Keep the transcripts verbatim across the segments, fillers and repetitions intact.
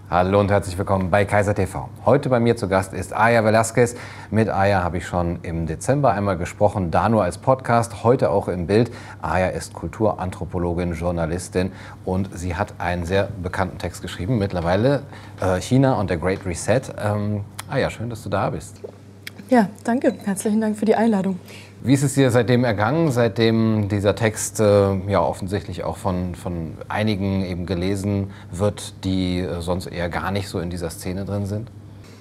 Hallo und herzlich willkommen bei Kaiser T V. Heute bei mir zu Gast ist Aya Velasquez. Mit Aya habe ich schon im Dezember einmal gesprochen, da nur als Podcast, heute auch im Bild. Aya ist Kulturanthropologin, Journalistin und sie hat einen sehr bekannten Text geschrieben, mittlerweile äh, China und der Great Reset. Ähm, Aya, schön, dass du da bist. Ja, danke. Herzlichen Dank für die Einladung. Wie ist es dir seitdem ergangen, seitdem dieser Text äh, ja offensichtlich auch von, von einigen eben gelesen wird, die äh, sonst eher gar nicht so in dieser Szene drin sind?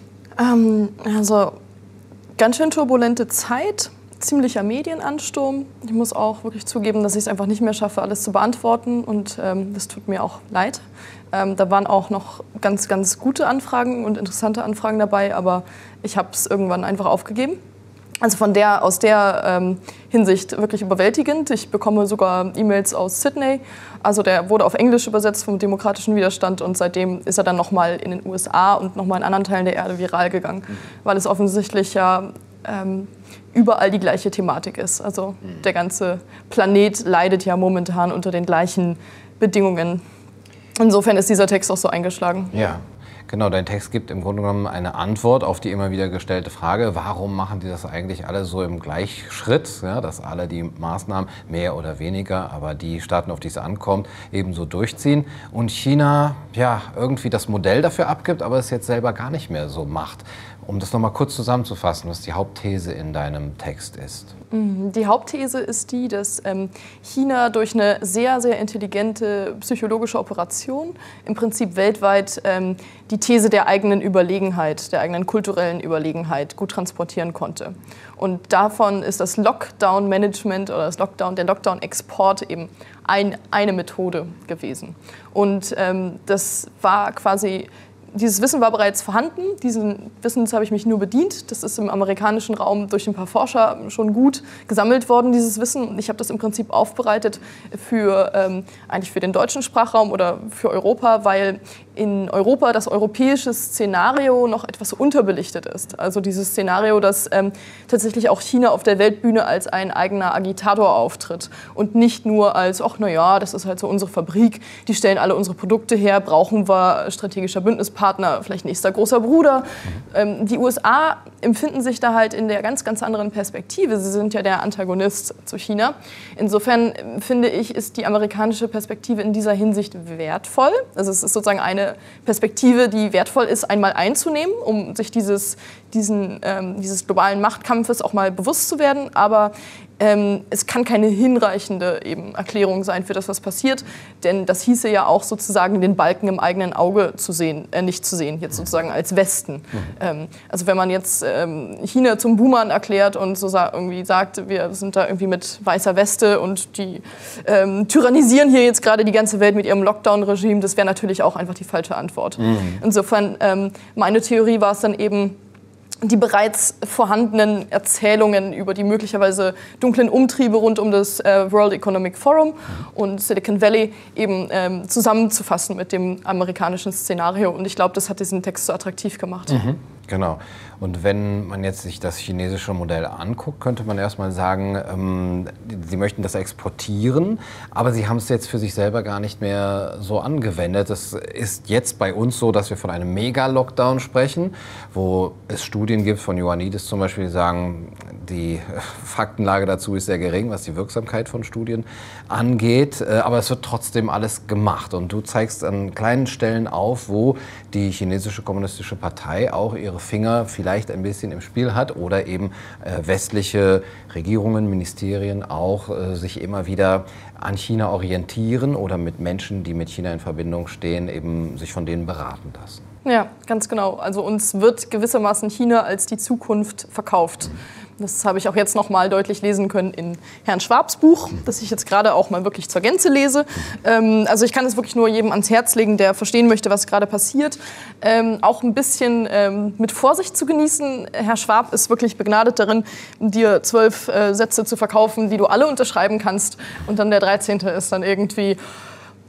Ähm, also ganz schön turbulente Zeit, ziemlicher Medienansturm. Ich muss auch wirklich zugeben, dass ich es einfach nicht mehr schaffe, alles zu beantworten und ähm, das tut mir auch leid. Ähm, da waren auch noch ganz, ganz gute Anfragen und interessante Anfragen dabei, aber ich habe es irgendwann einfach aufgegeben. Also von der, aus der ähm, Hinsicht wirklich überwältigend. Ich bekomme sogar E-Mails aus Sydney. Also der wurde auf Englisch übersetzt vom demokratischen Widerstand und seitdem ist er dann nochmal in den U S A und nochmal in anderen Teilen der Erde viral gegangen, mhm. weil es offensichtlich ja ähm, überall die gleiche Thematik ist. Also mhm. der ganze Planet leidet ja momentan unter den gleichen Bedingungen. Insofern ist dieser Text auch so eingeschlagen. Ja. Genau, dein Text gibt im Grunde genommen eine Antwort auf die immer wieder gestellte Frage, warum machen die das eigentlich alle so im Gleichschritt, ja, dass alle die Maßnahmen, mehr oder weniger, aber die Staaten, auf die es ankommt, eben so durchziehen und China ja irgendwie das Modell dafür abgibt, aber es jetzt selber gar nicht mehr so macht. Um das nochmal kurz zusammenzufassen, was die Hauptthese in deinem Text ist. Die Hauptthese ist die, dass ähm, China durch eine sehr, sehr intelligente psychologische Operation im Prinzip weltweit ähm, die These der eigenen Überlegenheit, der eigenen kulturellen Überlegenheit gut transportieren konnte. Und davon ist das Lockdown-Management oder das Lockdown, der Lockdown-Export eben ein, eine Methode gewesen. Und ähm, das war quasi... Dieses Wissen war bereits vorhanden, diesen Wissens habe ich mich nur bedient. Das ist im amerikanischen Raum durch ein paar Forscher schon gut gesammelt worden, dieses Wissen. Und ich habe das im Prinzip aufbereitet für, ähm, eigentlich für den deutschen Sprachraum oder für Europa, weil in Europa das europäische Szenario noch etwas unterbelichtet ist. Also dieses Szenario, dass ähm, tatsächlich auch China auf der Weltbühne als ein eigener Agitator auftritt und nicht nur als, ach na ja, das ist halt so unsere Fabrik, die stellen alle unsere Produkte her, brauchen wir strategischer Bündnispartner. Partner, vielleicht nächster großer Bruder. Ähm, die U S A empfinden sich da halt in der ganz, ganz anderen Perspektive. Sie sind ja der Antagonist zu China. Insofern äh, finde ich, ist die amerikanische Perspektive in dieser Hinsicht wertvoll. Also es ist sozusagen eine Perspektive, die wertvoll ist, einmal einzunehmen, um sich dieses, diesen, ähm, dieses globalen Machtkampfes auch mal bewusst zu werden. Aber Ähm, es kann keine hinreichende eben Erklärung sein für das, was passiert, denn das hieße ja auch sozusagen den Balken im eigenen Auge zu sehen, äh, nicht zu sehen, jetzt sozusagen als Westen. Mhm. Ähm, also wenn man jetzt ähm, China zum Buhmann erklärt und so sa irgendwie sagt, wir sind da irgendwie mit weißer Weste und die ähm, tyrannisieren hier jetzt gerade die ganze Welt mit ihrem Lockdown-Regime, das wäre natürlich auch einfach die falsche Antwort. Mhm. Insofern, ähm, meine Theorie war es dann eben, die bereits vorhandenen Erzählungen über die möglicherweise dunklen Umtriebe rund um das äh, World Economic Forum und Silicon Valley eben ähm, zusammenzufassen mit dem amerikanischen Szenario. Und ich glaube, das hat diesen Text so attraktiv gemacht. Mhm. Genau. Und wenn man jetzt sich das chinesische Modell anguckt, könnte man erstmal sagen, ähm, sie möchten das exportieren, aber sie haben es jetzt für sich selber gar nicht mehr so angewendet. Es ist jetzt bei uns so, dass wir von einem Mega-Lockdown sprechen, wo es Studien gibt von Ioannidis zum Beispiel, die sagen, die Faktenlage dazu ist sehr gering, was die Wirksamkeit von Studien angeht, aber es wird trotzdem alles gemacht. Und du zeigst an kleinen Stellen auf, wo die chinesische kommunistische Partei auch ihre Finger vielleicht ein bisschen im Spiel hat oder eben äh, westliche Regierungen, Ministerien auch äh, sich immer wieder an China orientieren oder mit Menschen, die mit China in Verbindung stehen, eben sich von denen beraten lassen. Ja, ganz genau. Also uns wird gewissermaßen China als die Zukunft verkauft. Mhm. Das habe ich auch jetzt noch mal deutlich lesen können in Herrn Schwabs Buch, das ich jetzt gerade auch mal wirklich zur Gänze lese. Ähm, also ich kann es wirklich nur jedem ans Herz legen, der verstehen möchte, was gerade passiert. Ähm, auch ein bisschen ähm, mit Vorsicht zu genießen. Herr Schwab ist wirklich begnadet darin, dir zwölf äh, Sätze zu verkaufen, die du alle unterschreiben kannst. Und dann der dreizehnte ist dann irgendwie...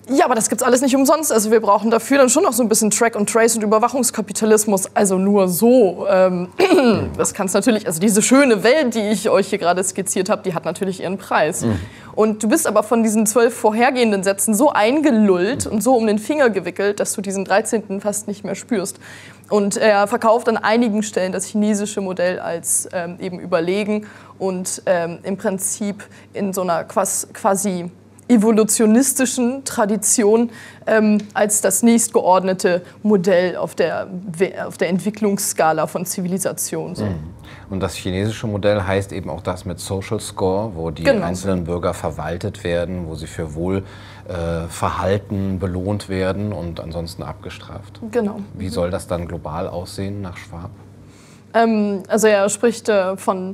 Ja, aber das gibt's alles nicht umsonst. Also wir brauchen dafür dann schon noch so ein bisschen Track und Trace und Überwachungskapitalismus. Also nur so. Ähm, das kann es natürlich, also diese schöne Welt, die ich euch hier gerade skizziert habe, die hat natürlich ihren Preis. Mhm. Und du bist aber von diesen zwölf vorhergehenden Sätzen so eingelullt und so um den Finger gewickelt, dass du diesen dreizehnten fast nicht mehr spürst. Und er verkauft an einigen Stellen das chinesische Modell als ähm, eben überlegen und ähm, im Prinzip in so einer quasi evolutionistischen Tradition ähm, als das nächstgeordnete Modell auf der, auf der Entwicklungsskala von Zivilisation. So. Und das chinesische Modell heißt eben auch das mit Social Score, wo die genau. einzelnen Bürger verwaltet werden, wo sie für Wohlverhalten äh, belohnt werden und ansonsten abgestraft. Genau. Wie soll das dann global aussehen nach Schwab? Ähm, also er spricht äh, von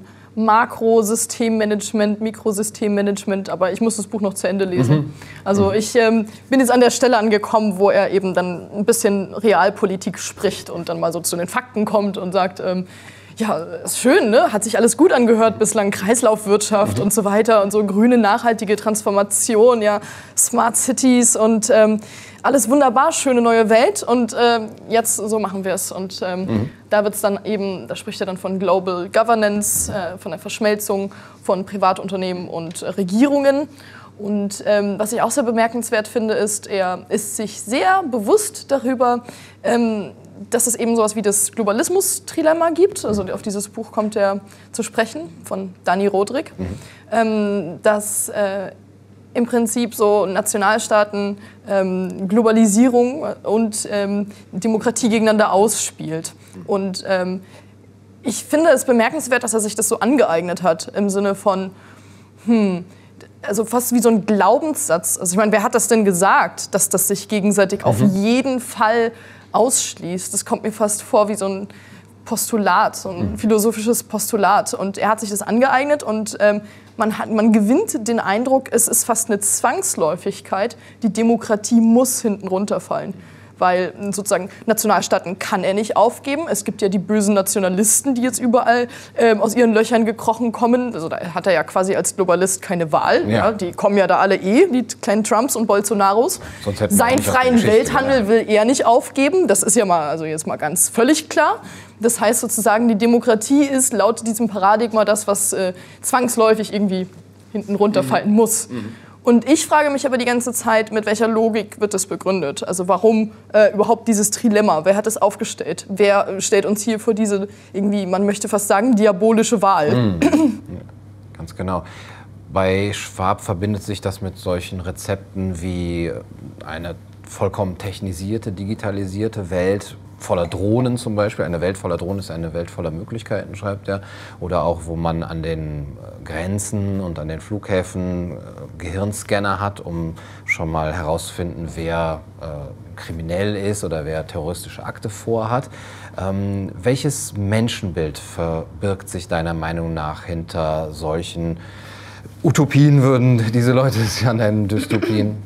Makrosystemmanagement, Mikrosystemmanagement, aber ich muss das Buch noch zu Ende lesen. Mhm. Also ich ähm, bin jetzt an der Stelle angekommen, wo er eben dann ein bisschen Realpolitik spricht und dann mal so zu den Fakten kommt und sagt, ähm, ja, ist schön, ne? Hat sich alles gut angehört bislang, Kreislaufwirtschaft mhm. und so weiter und so grüne, nachhaltige Transformation, ja, Smart Cities und ähm, alles wunderbar, schöne neue Welt und äh, jetzt so machen wir es. Und ähm, mhm. da wird's dann eben, da spricht er dann von Global Governance, äh, von der Verschmelzung von Privatunternehmen und äh, Regierungen. Und ähm, was ich auch sehr bemerkenswert finde, ist, er ist sich sehr bewusst darüber, ähm, dass es eben sowas wie das Globalismus-Trilemma gibt. Also auf dieses Buch kommt er zu sprechen, von Dani Rodrik, mhm. ähm, dass äh, im Prinzip so Nationalstaaten ähm, Globalisierung und ähm, Demokratie gegeneinander ausspielt. Und ähm, ich finde es bemerkenswert, dass er sich das so angeeignet hat, im Sinne von, hm, also fast wie so ein Glaubenssatz. Also ich meine, wer hat das denn gesagt, dass das sich gegenseitig mhm. auf jeden Fall ausschließt? Das kommt mir fast vor wie so ein Postulat, so ein mhm. philosophisches Postulat. Und er hat sich das angeeignet und ähm, man, hat, man gewinnt den Eindruck, es ist fast eine Zwangsläufigkeit, die Demokratie muss hinten runterfallen. Weil sozusagen Nationalstaaten kann er nicht aufgeben. Es gibt ja die bösen Nationalisten, die jetzt überall ähm, aus ihren Löchern gekrochen kommen. Also da hat er ja quasi als Globalist keine Wahl. Ja. Ja, die kommen ja da alle eh, die kleinen Trumps und Bolsonaros. Seinen freien Welthandel ja. will er nicht aufgeben. Das ist ja mal, also jetzt mal ganz völlig klar. Das heißt sozusagen, die Demokratie ist laut diesem Paradigma das, was äh, zwangsläufig irgendwie hinten runterfallen mhm. muss. Mhm. Und ich frage mich aber die ganze Zeit, mit welcher Logik wird das begründet? Also warum äh, überhaupt dieses Trilemma? Wer hat es aufgestellt? Wer stellt uns hier vor diese, irgendwie, man möchte fast sagen, diabolische Wahl? Mhm. Ja, ganz genau. Bei Schwab verbindet sich das mit solchen Rezepten wie eine vollkommen technisierte, digitalisierte Welt, voller Drohnen zum Beispiel. Eine Welt voller Drohnen ist eine Welt voller Möglichkeiten, schreibt er. Oder auch, wo man an den Grenzen und an den Flughäfen äh, Gehirnscanner hat, um schon mal herauszufinden, wer äh, kriminell ist oder wer terroristische Akte vorhat. Ähm, welches Menschenbild verbirgt sich deiner Meinung nach hinter solchen Utopien, würden diese Leute es ja nennen, Dystopien?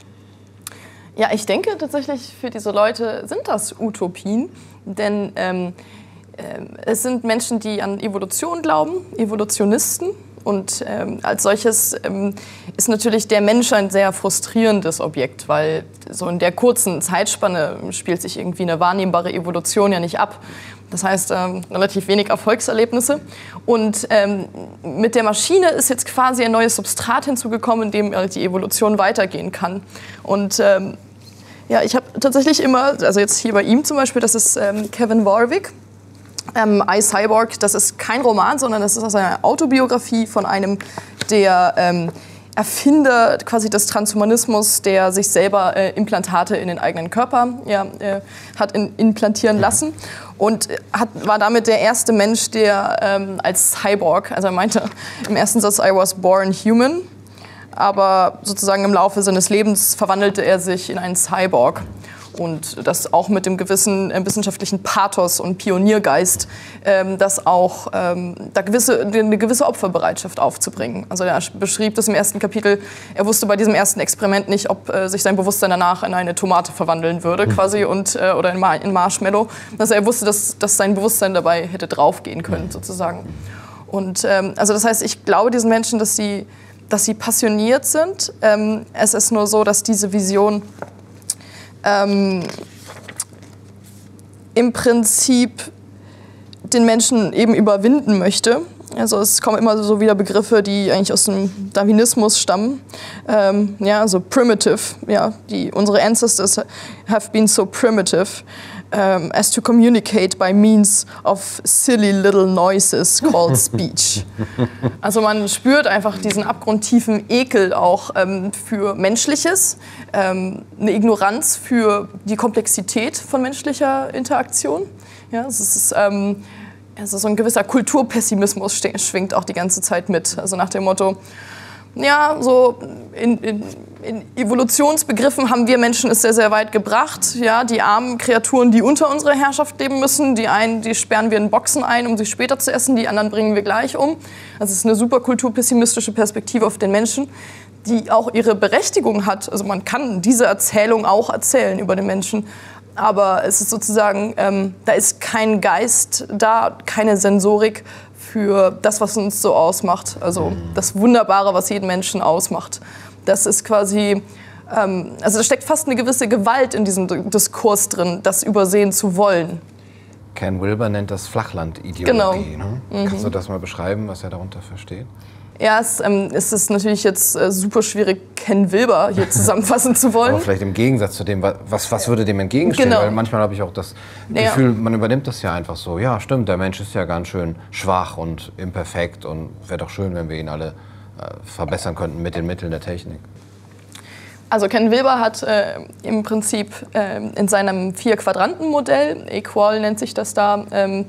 Ja, ich denke tatsächlich, für diese Leute sind das Utopien, denn ähm, äh, es sind Menschen, die an Evolution glauben, Evolutionisten. Und ähm, als solches ähm, ist natürlich der Mensch ein sehr frustrierendes Objekt, weil so in der kurzen Zeitspanne spielt sich irgendwie eine wahrnehmbare Evolution ja nicht ab. Das heißt, ähm, relativ wenig Erfolgserlebnisse. Und ähm, mit der Maschine ist jetzt quasi ein neues Substrat hinzugekommen, in dem äh, die Evolution weitergehen kann. Und ähm, ja, ich habe tatsächlich immer, also jetzt hier bei ihm zum Beispiel, das ist ähm, Kevin Warwick, ähm, iCyborg, das ist kein Roman, sondern das ist aus einer Autobiografie von einem der ähm, Erfinder quasi des Transhumanismus, der sich selber äh, Implantate in den eigenen Körper ja, äh, hat in, implantieren lassen und hat, war damit der erste Mensch, der ähm, als Cyborg, also er meinte im ersten Satz, I was born human, aber sozusagen im Laufe seines Lebens verwandelte er sich in einen Cyborg. Und das auch mit dem gewissen äh, wissenschaftlichen Pathos und Pioniergeist, ähm, das auch ähm, da gewisse, eine gewisse Opferbereitschaft aufzubringen. Also er beschrieb das im ersten Kapitel, er wusste bei diesem ersten Experiment nicht, ob äh, sich sein Bewusstsein danach in eine Tomate verwandeln würde quasi und, äh, oder in, Mar in Marshmallow. Also er wusste, dass, dass sein Bewusstsein dabei hätte draufgehen können sozusagen. Und ähm, also das heißt, ich glaube diesen Menschen, dass sie dass sie passioniert sind. Ähm, es ist nur so, dass diese Vision ähm, im Prinzip den Menschen eben überwinden möchte. Also es kommen immer so wieder Begriffe, die eigentlich aus dem Darwinismus stammen. Ähm, ja, also primitive, ja, die, unsere ancestors have been so primitive um, as to communicate by means of silly little noises called speech. Also man spürt einfach diesen abgrundtiefen Ekel auch ähm, für Menschliches, ähm, eine Ignoranz für die Komplexität von menschlicher Interaktion. Ja, es ist ähm, Also so ein gewisser Kulturpessimismus schwingt auch die ganze Zeit mit. Also nach dem Motto, ja, so in, in, in Evolutionsbegriffen haben wir Menschen es sehr, sehr weit gebracht. Ja, die armen Kreaturen, die unter unserer Herrschaft leben müssen, die einen, die sperren wir in Boxen ein, um sie später zu essen, die anderen bringen wir gleich um. Also es ist eine super kulturpessimistische Perspektive auf den Menschen, die auch ihre Berechtigung hat. Also man kann diese Erzählung auch erzählen über den Menschen. Aber es ist sozusagen, ähm, da ist kein Geist da, keine Sensorik für das, was uns so ausmacht. Also das Wunderbare, was jeden Menschen ausmacht. Das ist quasi, ähm, also da steckt fast eine gewisse Gewalt in diesem Diskurs drin, das übersehen zu wollen. Ken Wilber nennt das Flachland-Ideologie. Genau. Ne? Mhm. Kannst du das mal beschreiben, was er darunter versteht? Ja, es, ähm, es ist natürlich jetzt äh, super schwierig, Ken Wilber hier zusammenfassen zu wollen. Aber vielleicht im Gegensatz zu dem, was, was würde dem entgegenstehen? Genau. Weil manchmal habe ich auch das Ja. Gefühl, man übernimmt das ja einfach so. Ja, stimmt, der Mensch ist ja ganz schön schwach und imperfekt und wäre doch schön, wenn wir ihn alle äh, verbessern könnten mit den Mitteln der Technik. Also Ken Wilber hat äh, im Prinzip äh, in seinem Vier-Quadranten-Modell, Equal nennt sich das da, ähm,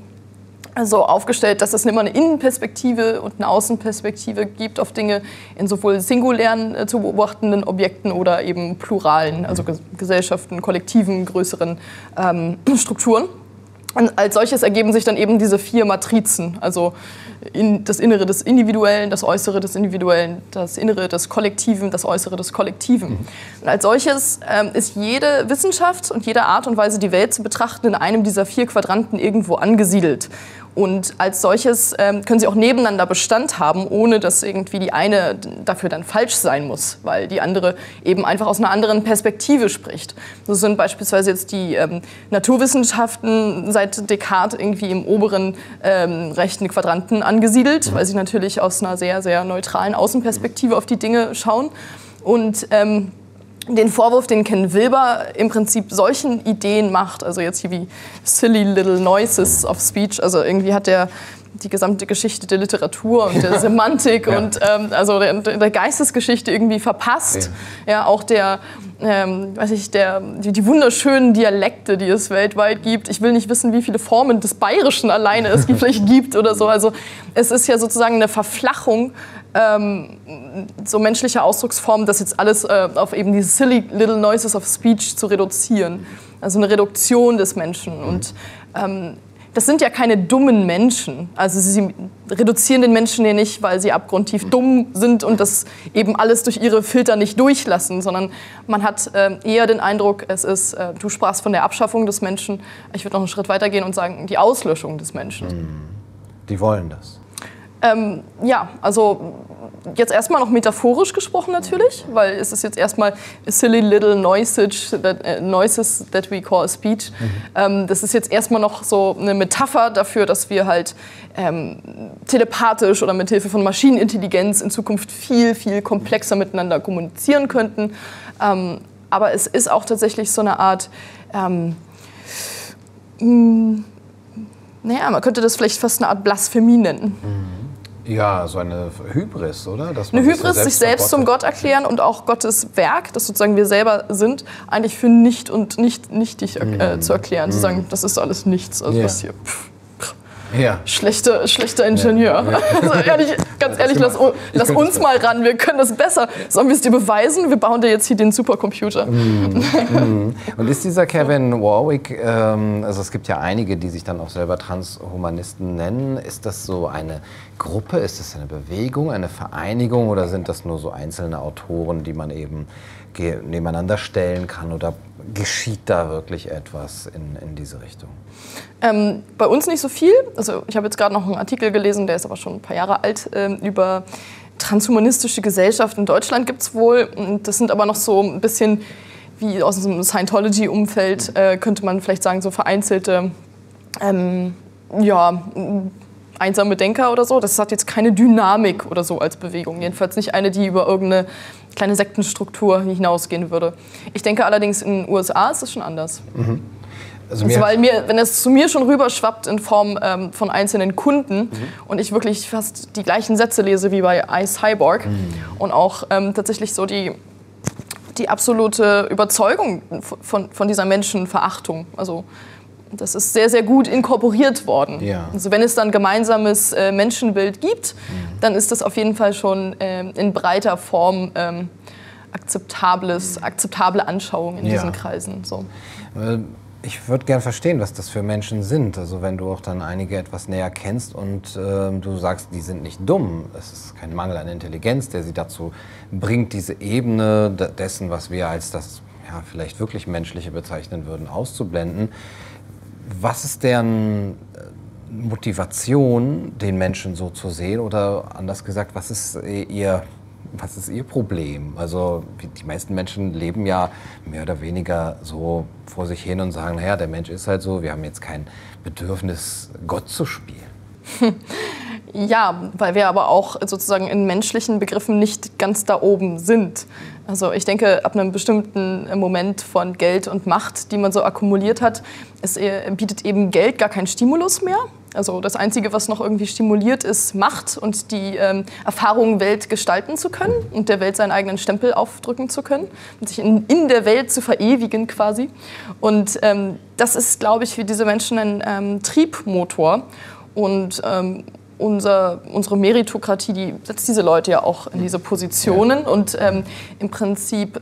so aufgestellt, dass es immer eine Innenperspektive und eine Außenperspektive gibt auf Dinge in sowohl singulären äh, zu beobachtenden Objekten oder eben pluralen, also Ges Gesellschaften, kollektiven, größeren ähm, Strukturen. Und als solches ergeben sich dann eben diese vier Matrizen, also in das Innere des Individuellen, das Äußere des Individuellen, das Innere des Kollektiven, das Äußere des Kollektiven. Mhm. Und als solches ähm, ist jede Wissenschaft und jede Art und Weise, die Welt zu betrachten, in einem dieser vier Quadranten irgendwo angesiedelt. Und als solches ähm, können sie auch nebeneinander Bestand haben, ohne dass irgendwie die eine dafür dann falsch sein muss, weil die andere eben einfach aus einer anderen Perspektive spricht. So sind beispielsweise jetzt die ähm, Naturwissenschaften seit Descartes irgendwie im oberen ähm, rechten Quadranten angesiedelt, weil sie natürlich aus einer sehr, sehr neutralen Außenperspektive auf die Dinge schauen. Und ähm, den Vorwurf, den Ken Wilber im Prinzip solchen Ideen macht, also jetzt hier wie silly little noises of speech, also irgendwie hat er die gesamte Geschichte der Literatur und der Semantik ja. und ähm, also der, der Geistesgeschichte irgendwie verpasst. Ja, ja auch der, ähm, weiß ich, der, die, die wunderschönen Dialekte, die es weltweit gibt. Ich will nicht wissen, wie viele Formen des Bayerischen alleine es vielleicht gibt oder so. Also es ist ja sozusagen eine Verflachung ähm, so menschlicher Ausdrucksformen, das jetzt alles äh, auf eben diese silly little noises of speech zu reduzieren. Also eine Reduktion des Menschen. Mhm. Und ähm, das sind ja keine dummen Menschen. Also sie reduzieren den Menschen ja nicht, weil sie abgrundtief dumm sind und das eben alles durch ihre Filter nicht durchlassen, sondern man hat äh, eher den Eindruck, es ist, äh, du sprachst von der Abschaffung des Menschen, ich würde noch einen Schritt weiter gehen und sagen, die Auslöschung des Menschen. Die wollen das. Ähm, ja, also jetzt erstmal noch metaphorisch gesprochen natürlich, weil es ist jetzt erstmal silly little noises that, uh, noises that we call speech. Mhm. Ähm, das ist jetzt erstmal noch so eine Metapher dafür, dass wir halt ähm, telepathisch oder mit Hilfe von Maschinenintelligenz in Zukunft viel, viel komplexer miteinander kommunizieren könnten. Ähm, aber es ist auch tatsächlich so eine Art, ähm, mh, naja, man könnte das vielleicht fast eine Art Blasphemie nennen. Mhm. Ja, so eine Hybris, oder? Dass man eine Hybris, sich selbst, sich selbst zum Gott erklären und auch Gottes Werk, das sozusagen wir selber sind, eigentlich für nicht und nicht nichtig äh, mm. zu erklären. Mm. Zu sagen, das ist alles nichts, also yeah. was hier... Pff, pff. Ja. Schlechter, schlechter Ingenieur. Ja. Also ehrlich, ganz ehrlich, lass, lass uns mal ran, wir können das besser. Sollen wir es dir beweisen? Wir bauen dir jetzt hier den Supercomputer. Mm. Mm. Und ist dieser Kevin Warwick, ähm, also es gibt ja einige, die sich dann auch selber Transhumanisten nennen, ist das so eine Gruppe, ist das eine Bewegung, eine Vereinigung oder sind das nur so einzelne Autoren, die man eben nebeneinander stellen kann oder geschieht da wirklich etwas in, in diese Richtung? Ähm, bei uns nicht so viel. Also ich habe jetzt gerade noch einen Artikel gelesen, der ist aber schon ein paar Jahre alt, äh, über transhumanistische Gesellschaft in Deutschland gibt es wohl. Und das sind aber noch so ein bisschen wie aus dem Scientology-Umfeld, äh, könnte man vielleicht sagen, so vereinzelte ähm, ja, einsame Denker oder so. Das hat jetzt keine Dynamik oder so als Bewegung. Jedenfalls nicht eine, die über irgendeine kleine Sektenstruktur hinausgehen würde. Ich denke allerdings, in den U S A ist das schon anders. Mhm. Also also weil mir, wenn es zu mir schon rüberschwappt in Form ähm, von einzelnen Kunden mhm. und ich wirklich fast die gleichen Sätze lese wie bei iCyborg mhm. und auch ähm, tatsächlich so die, die absolute Überzeugung von, von dieser Menschenverachtung. Also das ist sehr, sehr gut inkorporiert worden. Ja. Also wenn es dann gemeinsames äh, Menschenbild gibt, mhm. dann ist das auf jeden Fall schon äh, in breiter Form ähm, akzeptables, akzeptable Anschauung in ja. diesen Kreisen. So. Ich würde gerne verstehen, was das für Menschen sind. Also wenn du auch dann einige etwas näher kennst und äh, du sagst, die sind nicht dumm. Es ist kein Mangel an Intelligenz, der sie dazu bringt, diese Ebene dessen, was wir als das ja, vielleicht wirklich Menschliche bezeichnen würden, auszublenden. Was ist deren Motivation, den Menschen so zu sehen? Oder anders gesagt, was ist ihr, was ist ihr Problem? Also die meisten Menschen leben ja mehr oder weniger so vor sich hin und sagen, naja, der Mensch ist halt so, wir haben jetzt kein Bedürfnis, Gott zu spielen. Ja, weil wir aber auch sozusagen in menschlichen Begriffen nicht ganz da oben sind. Also ich denke, ab einem bestimmten Moment von Geld und Macht, die man so akkumuliert hat, es bietet eben Geld gar keinen Stimulus mehr. Also das Einzige, was noch irgendwie stimuliert, ist Macht und die ähm, Erfahrung, Welt gestalten zu können und der Welt seinen eigenen Stempel aufdrücken zu können und sich in, in der Welt zu verewigen quasi. Und ähm, das ist, glaube ich, für diese Menschen ein ähm, Triebmotor. Und ähm, Unser, unsere Meritokratie, die setzt diese Leute ja auch in diese Positionen und ähm, im Prinzip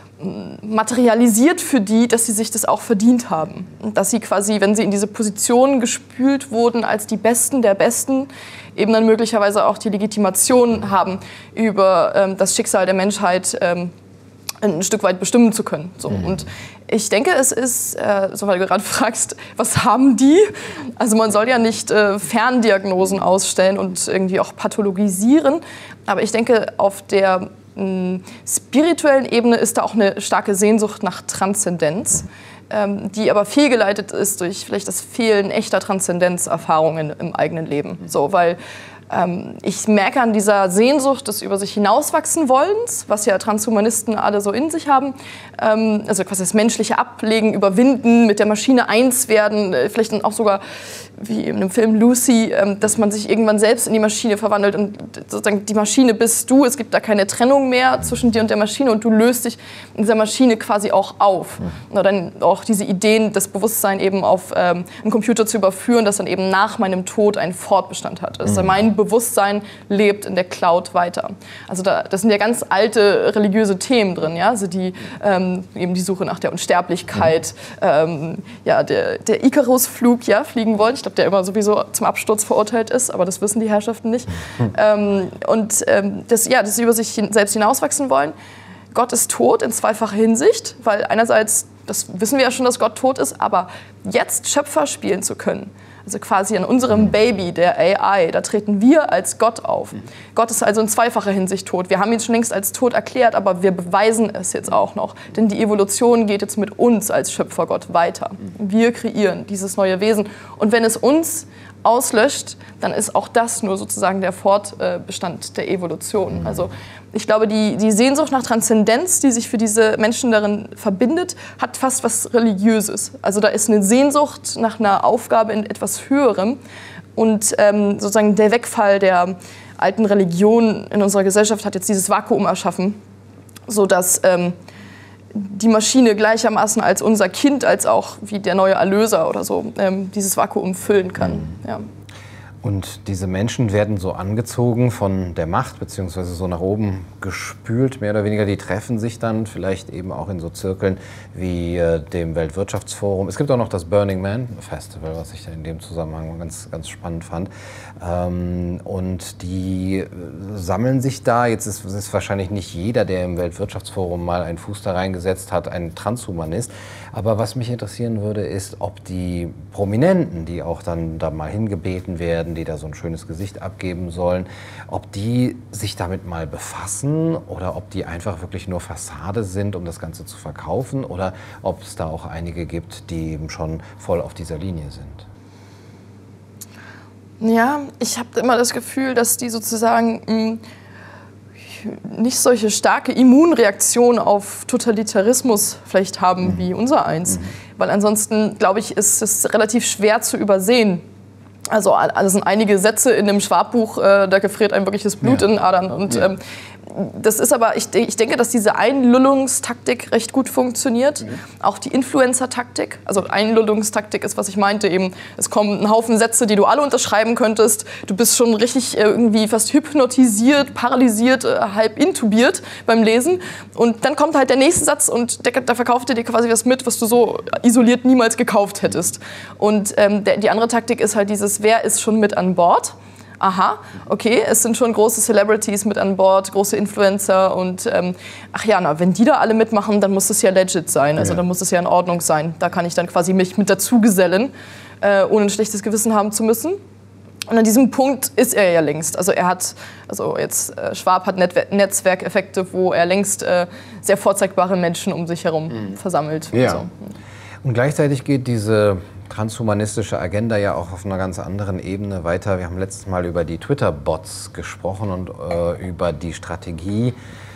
materialisiert für die, dass sie sich das auch verdient haben. Und dass sie quasi, wenn sie in diese Positionen gespült wurden als die Besten der Besten, eben dann möglicherweise auch die Legitimation haben, über ähm, das Schicksal der Menschheit ähm, ein Stück weit bestimmen zu können. So. Mhm. Und ich denke, es ist, äh, so weil du gerade fragst, was haben die? Also man soll ja nicht äh, Ferndiagnosen ausstellen und irgendwie auch pathologisieren, aber ich denke, auf der mh, spirituellen Ebene ist da auch eine starke Sehnsucht nach Transzendenz, ähm, die aber fehlgeleitet ist durch vielleicht das Fehlen echter Transzendenzerfahrungen im eigenen Leben. So, weil Ähm, ich merke an dieser Sehnsucht des über sich hinauswachsen Wollens, was ja Transhumanisten alle so in sich haben, ähm, also quasi das menschliche Ablegen, Überwinden, mit der Maschine eins werden, äh, vielleicht dann auch sogar wie in dem Film Lucy, ähm, dass man sich irgendwann selbst in die Maschine verwandelt und sozusagen die Maschine bist du, es gibt da keine Trennung mehr zwischen dir und der Maschine und du löst dich in dieser Maschine quasi auch auf. Oder dann auch diese Ideen, das Bewusstsein eben auf ähm, einen Computer zu überführen, das dann eben nach meinem Tod einen Fortbestand hat. Also mein Bewusstsein lebt in der Cloud weiter. Also da, das sind ja ganz alte religiöse Themen drin, ja, also die ähm, eben die Suche nach der Unsterblichkeit, ähm, ja, der, der Icarus-Flug, ja, fliegen wollen. Ich glaube, der immer sowieso zum Absturz verurteilt ist, aber das wissen die Herrschaften nicht. Mhm. Ähm, und ähm, das, ja, das über sich selbst hinauswachsen wollen. Gott ist tot in zweifacher Hinsicht, weil einerseits, das wissen wir ja schon, dass Gott tot ist, aber jetzt Schöpfer spielen zu können, also quasi an unserem Baby, der A I, da treten wir als Gott auf. Gott ist also in zweifacher Hinsicht tot. Wir haben ihn schon längst als tot erklärt, aber wir beweisen es jetzt auch noch. Denn die Evolution geht jetzt mit uns als Schöpfergott weiter. Wir kreieren dieses neue Wesen. Und wenn es uns auslöscht, dann ist auch das nur sozusagen der Fortbestand der Evolution. Also ich glaube, die, die Sehnsucht nach Transzendenz, die sich für diese Menschen darin verbindet, hat fast was Religiöses. Also da ist eine Sehnsucht nach einer Aufgabe in etwas Höherem. Und ähm, sozusagen der Wegfall der alten Religion in unserer Gesellschaft hat jetzt dieses Vakuum erschaffen, sodass ähm, die Maschine gleichermaßen als unser Kind, als auch wie der neue Erlöser oder so, ähm, dieses Vakuum füllen kann. Mhm. Ja. Und diese Menschen werden so angezogen von der Macht, beziehungsweise so nach oben gespült, mehr oder weniger. Die treffen sich dann vielleicht eben auch in so Zirkeln wie äh, dem Weltwirtschaftsforum. Es gibt auch noch das Burning Man Festival, was ich in dem Zusammenhang ganz, ganz spannend fand. Ähm, und die äh, sammeln sich da. Jetzt ist es wahrscheinlich nicht jeder, der im Weltwirtschaftsforum mal einen Fuß da reingesetzt hat, ein Transhumanist. Aber was mich interessieren würde, ist, ob die Prominenten, die auch dann da mal hingebeten werden, werden, die da so ein schönes Gesicht abgeben sollen, ob die sich damit mal befassen oder ob die einfach wirklich nur Fassade sind, um das Ganze zu verkaufen, oder ob es da auch einige gibt, die eben schon voll auf dieser Linie sind. Ja, ich habe immer das Gefühl, dass die sozusagen mh, nicht solche starke Immunreaktion auf Totalitarismus vielleicht haben mhm. wie unser eins. Mhm. Weil ansonsten, glaube ich, ist es relativ schwer zu übersehen. Also es sind einige Sätze in dem Schwab-Buch, äh, da gefriert einem wirklich das Blut ja. in den Adern. Und ja. ähm, das ist aber, ich, ich denke, dass diese Einlullungstaktik recht gut funktioniert. Mhm. Auch die Influencer-Taktik. Also Einlullungstaktik ist, was ich meinte, eben, es kommen ein Haufen Sätze, die du alle unterschreiben könntest. Du bist schon richtig irgendwie fast hypnotisiert, paralysiert, äh, halb intubiert beim Lesen. Und dann kommt halt der nächste Satz und der, da verkauft er dir quasi was mit, was du so isoliert niemals gekauft hättest. Und ähm, der, die andere Taktik ist halt dieses, wer ist schon mit an Bord? Aha, okay, es sind schon große Celebrities mit an Bord, große Influencer und ähm, ach ja, na, wenn die da alle mitmachen, dann muss es ja legit sein, also ja. dann muss es ja in Ordnung sein. Da kann ich dann quasi mich mit dazu gesellen, äh, ohne ein schlechtes Gewissen haben zu müssen. Und an diesem Punkt ist er ja längst. Also er hat, also jetzt äh, Schwab hat Net- Netzwerkeffekte, wo er längst äh, sehr vorzeigbare Menschen um sich herum mhm. versammelt. Ja. Und, so. Und gleichzeitig geht diese transhumanistische Agenda ja auch auf einer ganz anderen Ebene weiter. Wir haben letztes Mal über die Twitter-Bots gesprochen und äh, über die Strategie,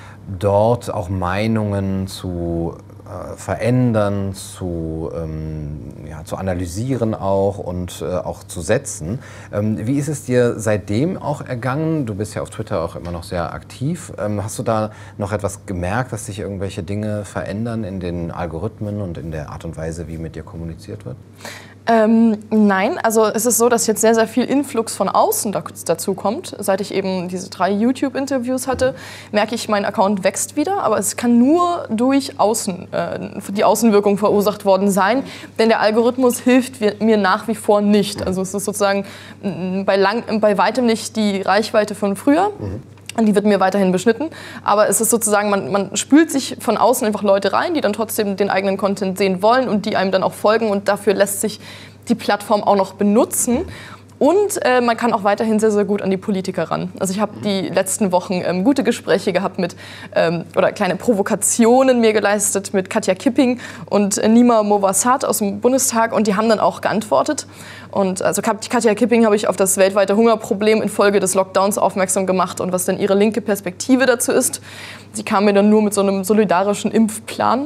dort auch Meinungen zu äh, verändern, zu, ähm, ja, zu analysieren auch und äh, auch zu setzen. Ähm, wie ist es dir seitdem auch ergangen? Du bist ja auf Twitter auch immer noch sehr aktiv. Ähm, hast du da noch etwas gemerkt, dass sich irgendwelche Dinge verändern in den Algorithmen und in der Art und Weise, wie mit dir kommuniziert wird? Ähm, nein, also es ist so, dass jetzt sehr, sehr viel Influx von außen dazu kommt. Seit ich eben diese drei YouTube-Interviews hatte, merke ich, mein Account wächst wieder, aber es kann nur durch Außen, äh, die Außenwirkung verursacht worden sein, denn der Algorithmus hilft mir nach wie vor nicht. Also es ist sozusagen bei, lang, bei weitem nicht die Reichweite von früher. Mhm. Und die wird mir weiterhin beschnitten. Aber es ist sozusagen, man, man spült sich von außen einfach Leute rein, die dann trotzdem den eigenen Content sehen wollen und die einem dann auch folgen. Und dafür lässt sich die Plattform auch noch benutzen. Und äh, man kann auch weiterhin sehr, sehr gut an die Politiker ran. Also ich habe die letzten Wochen ähm, gute Gespräche gehabt mit, ähm, oder kleine Provokationen mir geleistet mit Katja Kipping und äh, Nima Mowassat aus dem Bundestag. Und die haben dann auch geantwortet. Und also Katja Kipping habe ich auf das weltweite Hungerproblem infolge des Lockdowns aufmerksam gemacht und was denn ihre linke Perspektive dazu ist. Sie kam mir dann nur mit so einem solidarischen Impfplan,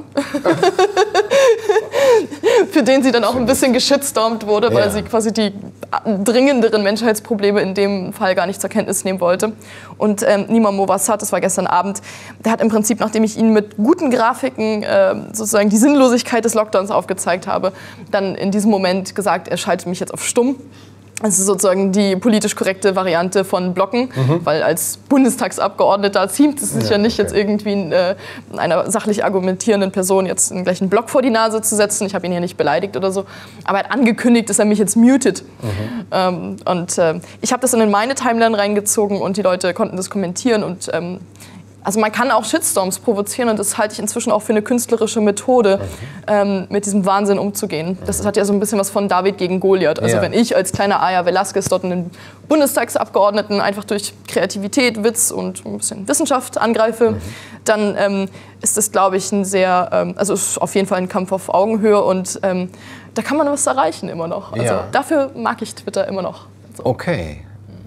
für den sie dann auch ein bisschen geschitstormt wurde, weil ja. sie quasi die dringenderen Menschheitsprobleme in dem Fall gar nicht zur Kenntnis nehmen wollte. Und ähm, Nima Mowassat, das war gestern Abend, der hat im Prinzip, nachdem ich ihn mit guten Grafiken äh, sozusagen die Sinnlosigkeit des Lockdowns aufgezeigt habe, dann in diesem Moment gesagt, er schaltet mich jetzt auf stumm. Das ist sozusagen die politisch korrekte Variante von Blocken, mhm. weil als Bundestagsabgeordneter ziemt es sich ja, ja nicht, okay. jetzt irgendwie äh, einer sachlich argumentierenden Person jetzt einen gleichen Block vor die Nase zu setzen. Ich habe ihn hier nicht beleidigt oder so, aber er hat angekündigt, dass er mich jetzt mutet. Mhm. Ähm, und äh, ich habe das dann in meine Timeline reingezogen und die Leute konnten das kommentieren und ähm, also man kann auch Shitstorms provozieren und das halte ich inzwischen auch für eine künstlerische Methode, okay. ähm, mit diesem Wahnsinn umzugehen. Das hat ja so ein bisschen was von David gegen Goliath. Also ja. wenn ich als kleiner Aya Velasquez dort einen Bundestagsabgeordneten einfach durch Kreativität, Witz und ein bisschen Wissenschaft angreife, mhm. dann ähm, ist das, glaube ich, ein sehr, ähm, also ist auf jeden Fall ein Kampf auf Augenhöhe und ähm, da kann man was erreichen immer noch. Also ja. dafür mag ich Twitter immer noch. So. Okay.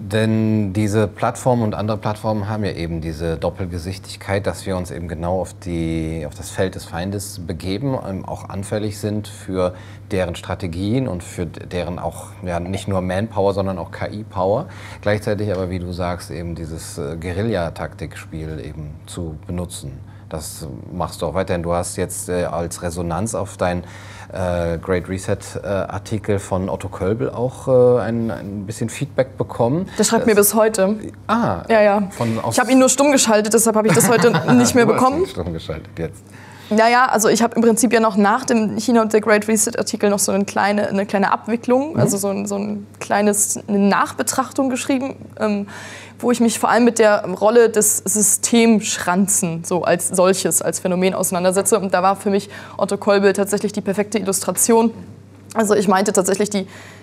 Denn diese Plattformen und andere Plattformen haben ja eben diese Doppelgesichtigkeit, dass wir uns eben genau auf, die, auf das Feld des Feindes begeben, auch anfällig sind für deren Strategien und für deren auch ja, nicht nur Manpower, sondern auch K I-Power. Gleichzeitig aber, wie du sagst, eben dieses Guerilla-Taktikspiel eben zu benutzen. Das machst du auch weiterhin. Du hast jetzt äh, als Resonanz auf dein äh, Great Reset-Artikel äh, von Otto Kölbel auch äh, ein, ein bisschen Feedback bekommen. Der schreibt das, mir bis heute. Ah, ja, ja. Von, ich habe ihn nur stumm geschaltet, deshalb habe ich das heute nicht mehr bekommen. Du hast ihn stumm geschaltet jetzt. Naja, also ich habe im Prinzip ja noch nach dem China und der Great Reset-Artikel noch so eine kleine, eine kleine Abwicklung, mhm. also so ein, so ein kleines, eine Nachbetrachtung geschrieben, ähm, wo ich mich vor allem mit der Rolle des Systemschranzen so als solches, als Phänomen auseinandersetze. Und da war für mich Otto Kölbel tatsächlich die perfekte Illustration. Also ich meinte tatsächlich, die,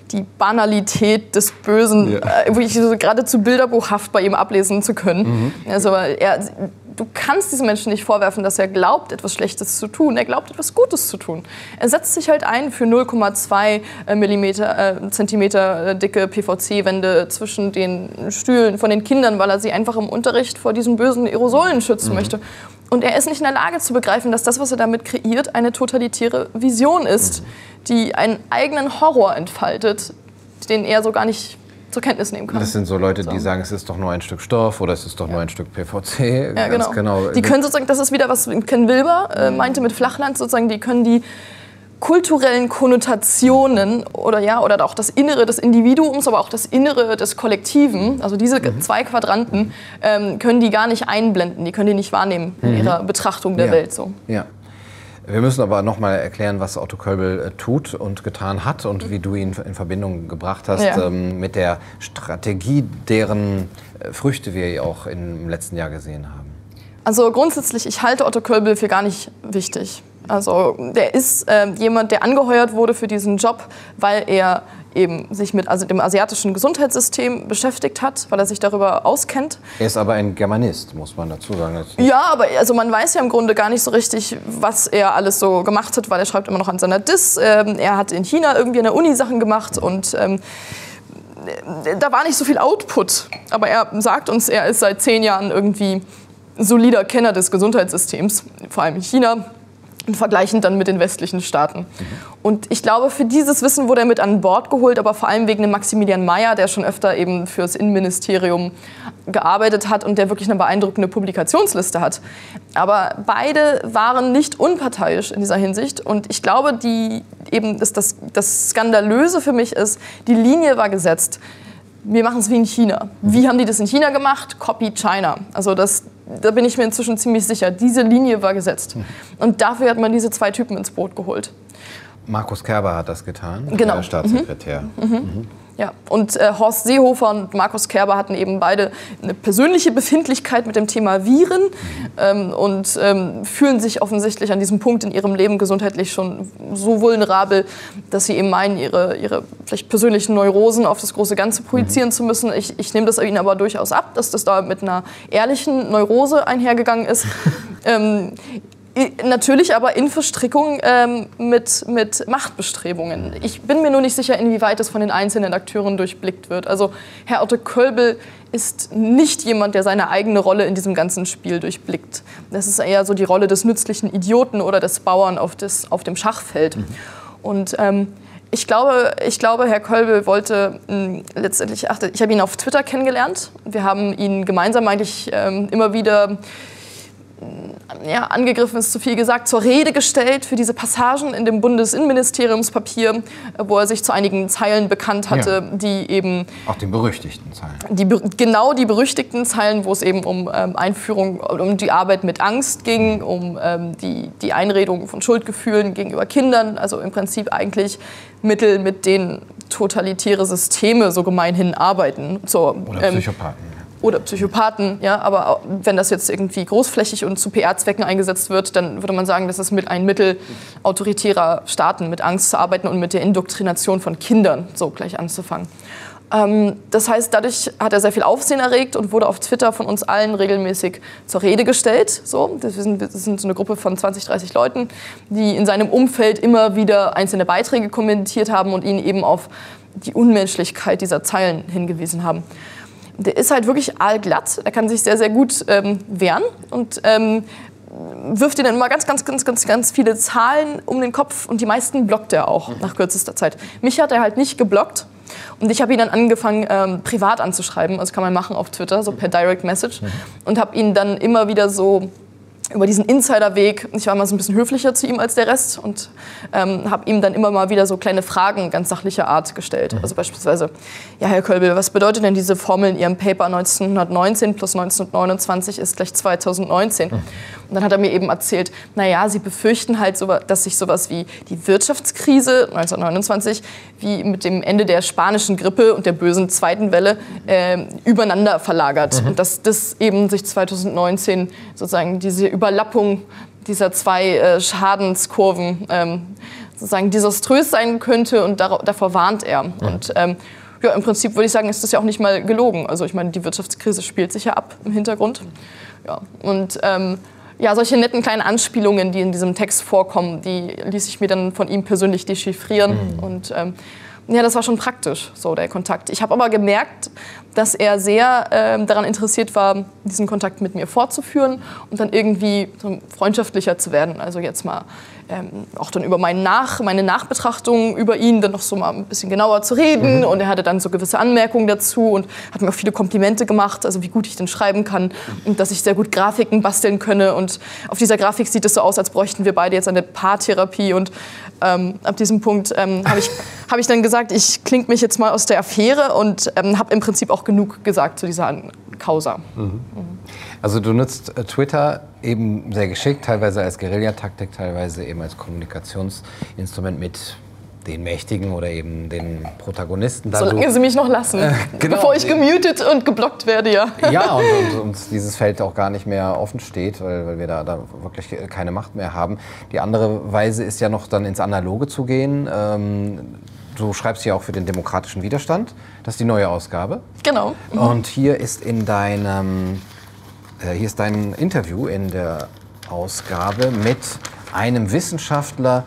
die Banalität des Bösen ja. äh, wirklich so geradezu bilderbuchhaft bei ihm ablesen zu können. Mhm. Also er, du kannst diesem Menschen nicht vorwerfen, dass er glaubt, etwas Schlechtes zu tun. Er glaubt, etwas Gutes zu tun. Er setzt sich halt ein für null Komma zwei Millimeter, äh, Zentimeter dicke P V C-Wände zwischen den Stühlen von den Kindern, weil er sie einfach im Unterricht vor diesen bösen Aerosolen schützen mhm. möchte. Und er ist nicht in der Lage zu begreifen, dass das, was er damit kreiert, eine totalitäre Vision ist, die einen eigenen Horror entfaltet, den er so gar nicht zur Kenntnis nehmen kann. Das sind so Leute, die so. sagen, es ist doch nur ein Stück Stoff oder es ist doch ja. nur ein Stück P V C. Ja, genau. genau. Die können sozusagen, das ist wieder, was Ken Wilber äh, meinte mit Flachland, sozusagen, die können die kulturellen Konnotationen oder ja oder auch das Innere des Individuums, aber auch das Innere des Kollektiven, also diese mhm. zwei Quadranten, ähm, können die gar nicht einblenden, die können die nicht wahrnehmen in mhm. ihrer Betrachtung der ja. Welt. So. Ja. Wir müssen aber noch mal erklären, was Otto Kölbel äh, tut und getan hat und mhm. wie du ihn in Verbindung gebracht hast ja. ähm, mit der Strategie, deren äh, Früchte wir auch im letzten Jahr gesehen haben. Also grundsätzlich, ich halte Otto Kölbel für gar nicht wichtig. Also der ist äh, jemand, der angeheuert wurde für diesen Job, weil er eben sich mit also dem asiatischen Gesundheitssystem beschäftigt hat, weil er sich darüber auskennt. Er ist aber ein Germanist, muss man dazu sagen. Ja, aber also man weiß ja im Grunde gar nicht so richtig, was er alles so gemacht hat, weil er schreibt immer noch an seiner Diss. Ähm, er hat in China irgendwie an der Uni Sachen gemacht und ähm, da war nicht so viel Output. Aber er sagt uns, er ist seit zehn Jahren irgendwie solider Kenner des Gesundheitssystems, vor allem in China. Und vergleichend dann mit den westlichen Staaten. Mhm. Und ich glaube, für dieses Wissen wurde er mit an Bord geholt, aber vor allem wegen dem Maximilian Mayer, der schon öfter eben fürs Innenministerium gearbeitet hat und der wirklich eine beeindruckende Publikationsliste hat. Aber beide waren nicht unparteiisch in dieser Hinsicht. Und ich glaube, die, eben das, das, das Skandalöse für mich ist, die Linie war gesetzt. Wir machen es wie in China. Wie haben die das in China gemacht? Copy China. Also das, da bin ich mir inzwischen ziemlich sicher. Diese Linie war gesetzt. Und dafür hat man diese zwei Typen ins Boot geholt. Markus Kerber hat das getan, genau. der Staatssekretär. Mhm. Mhm. Mhm. Ja, und äh, Horst Seehofer und Markus Kerber hatten eben beide eine persönliche Befindlichkeit mit dem Thema Viren ähm, und ähm, fühlen sich offensichtlich an diesem Punkt in ihrem Leben gesundheitlich schon so vulnerabel, dass sie eben meinen, ihre, ihre vielleicht persönlichen Neurosen auf das große Ganze projizieren mhm. zu müssen. Ich, ich nehme das ihnen aber durchaus ab, dass das da mit einer ehrlichen Neurose einhergegangen ist. ähm, Natürlich aber in Verstrickung ähm, mit, mit Machtbestrebungen. Ich bin mir nur nicht sicher, inwieweit das von den einzelnen Akteuren durchblickt wird. Also Herr Otto Kölbel ist nicht jemand, der seine eigene Rolle in diesem ganzen Spiel durchblickt. Das ist eher so die Rolle des nützlichen Idioten oder des Bauern auf, des, auf dem Schachfeld. Mhm. Und ähm, ich glaube, ich glaube, Herr Kölbel wollte mh, letztendlich, ach, ich habe ihn auf Twitter kennengelernt. Wir haben ihn gemeinsam eigentlich ähm, immer wieder ja, angegriffen ist zu viel gesagt, zur Rede gestellt für diese Passagen in dem Bundesinnenministeriumspapier, wo er sich zu einigen Zeilen bekannt hatte, ja. die eben... Auch den berüchtigten Zeilen. Die, genau die berüchtigten Zeilen, wo es eben um ähm, Einführung, um die Arbeit mit Angst ging, um ähm, die, die Einredung von Schuldgefühlen gegenüber Kindern, also im Prinzip eigentlich Mittel, mit denen totalitäre Systeme so gemeinhin arbeiten. So, Oder ähm, Psychopathen. Oder Psychopathen, ja, aber wenn das jetzt irgendwie großflächig und zu P R-Zwecken eingesetzt wird, dann würde man sagen, das ist mit ein Mittel autoritärer Staaten, mit Angst zu arbeiten und mit der Indoktrination von Kindern so gleich anzufangen. Ähm, das heißt, dadurch hat er sehr viel Aufsehen erregt und wurde auf Twitter von uns allen regelmäßig zur Rede gestellt. So, das sind, das sind so eine Gruppe von zwanzig, dreißig Leuten, die in seinem Umfeld immer wieder einzelne Beiträge kommentiert haben und ihn eben auf die Unmenschlichkeit dieser Zeilen hingewiesen haben. Der ist halt wirklich aalglatt, er kann sich sehr, sehr gut ähm, wehren und ähm, wirft ihnen immer ganz, ganz, ganz, ganz, ganz viele Zahlen um den Kopf und die meisten blockt er auch nach kürzester Zeit. Mich hat er halt nicht geblockt und ich habe ihn dann angefangen, ähm, privat anzuschreiben, das kann man machen auf Twitter, so per Direct Message und habe ihn dann immer wieder so über diesen Insiderweg, ich war mal so ein bisschen höflicher zu ihm als der Rest und ähm, habe ihm dann immer mal wieder so kleine Fragen ganz sachlicher Art gestellt. Also beispielsweise, ja Herr Kölbel, was bedeutet denn diese Formel in Ihrem Paper neunzehnhundertneunzehn plus neunzehnhundertneunundzwanzig ist gleich zweitausendneunzehn? Und dann hat er mir eben erzählt, naja, Sie befürchten halt, so, dass sich sowas wie die Wirtschaftskrise neunzehnhundertneunundzwanzig wie mit dem Ende der spanischen Grippe und der bösen zweiten Welle äh, übereinander verlagert. Mhm. Und dass das eben sich zweitausendneunzehn sozusagen diese Überlappung dieser zwei äh, Schadenskurven ähm, sozusagen desaströs sein könnte und davor warnt er. Mhm. Und ähm, ja, im Prinzip würde ich sagen, ist das ja auch nicht mal gelogen. Also ich meine, die Wirtschaftskrise spielt sich ja ab im Hintergrund. Ja, und ähm, ja, solche netten kleinen Anspielungen, die in diesem Text vorkommen, die ließ ich mir dann von ihm persönlich dechiffrieren. Mhm. Und ähm, ja, das war schon praktisch, so der Kontakt. Ich habe aber gemerkt, dass er sehr ähm, daran interessiert war, diesen Kontakt mit mir fortzuführen und dann irgendwie so freundschaftlicher zu werden. Also jetzt mal ähm, auch dann über mein Nach, meine Nachbetrachtung über ihn dann noch so mal ein bisschen genauer zu reden. Mhm. Und er hatte dann so gewisse Anmerkungen dazu und hat mir auch viele Komplimente gemacht, also wie gut ich denn schreiben kann und dass ich sehr gut Grafiken basteln könne. Und auf dieser Grafik sieht es so aus, als bräuchten wir beide jetzt eine Paartherapie. Und ähm, ab diesem Punkt ähm, habe ich, hab ich dann gesagt, ich klinge mich jetzt mal aus der Affäre und ähm, habe im Prinzip auch genug gesagt zu dieser Causa. Mhm. Mhm. Also du nutzt äh, Twitter eben sehr geschickt, teilweise als Guerillataktik, teilweise eben als Kommunikationsinstrument mit den Mächtigen oder eben den Protagonisten. Solange du, sie mich noch lassen, äh, genau, bevor ich gemutet und geblockt werde, ja. Ja, und, und, und dieses Feld auch gar nicht mehr offen steht, weil, weil wir da, da wirklich keine Macht mehr haben. Die andere Weise ist ja noch dann ins Analoge zu gehen. Ähm, Du schreibst ja auch für den demokratischen Widerstand. Das ist die neue Ausgabe. Genau. Mhm. Und hier ist in deinem, äh, hier ist dein Interview in der Ausgabe mit einem Wissenschaftler,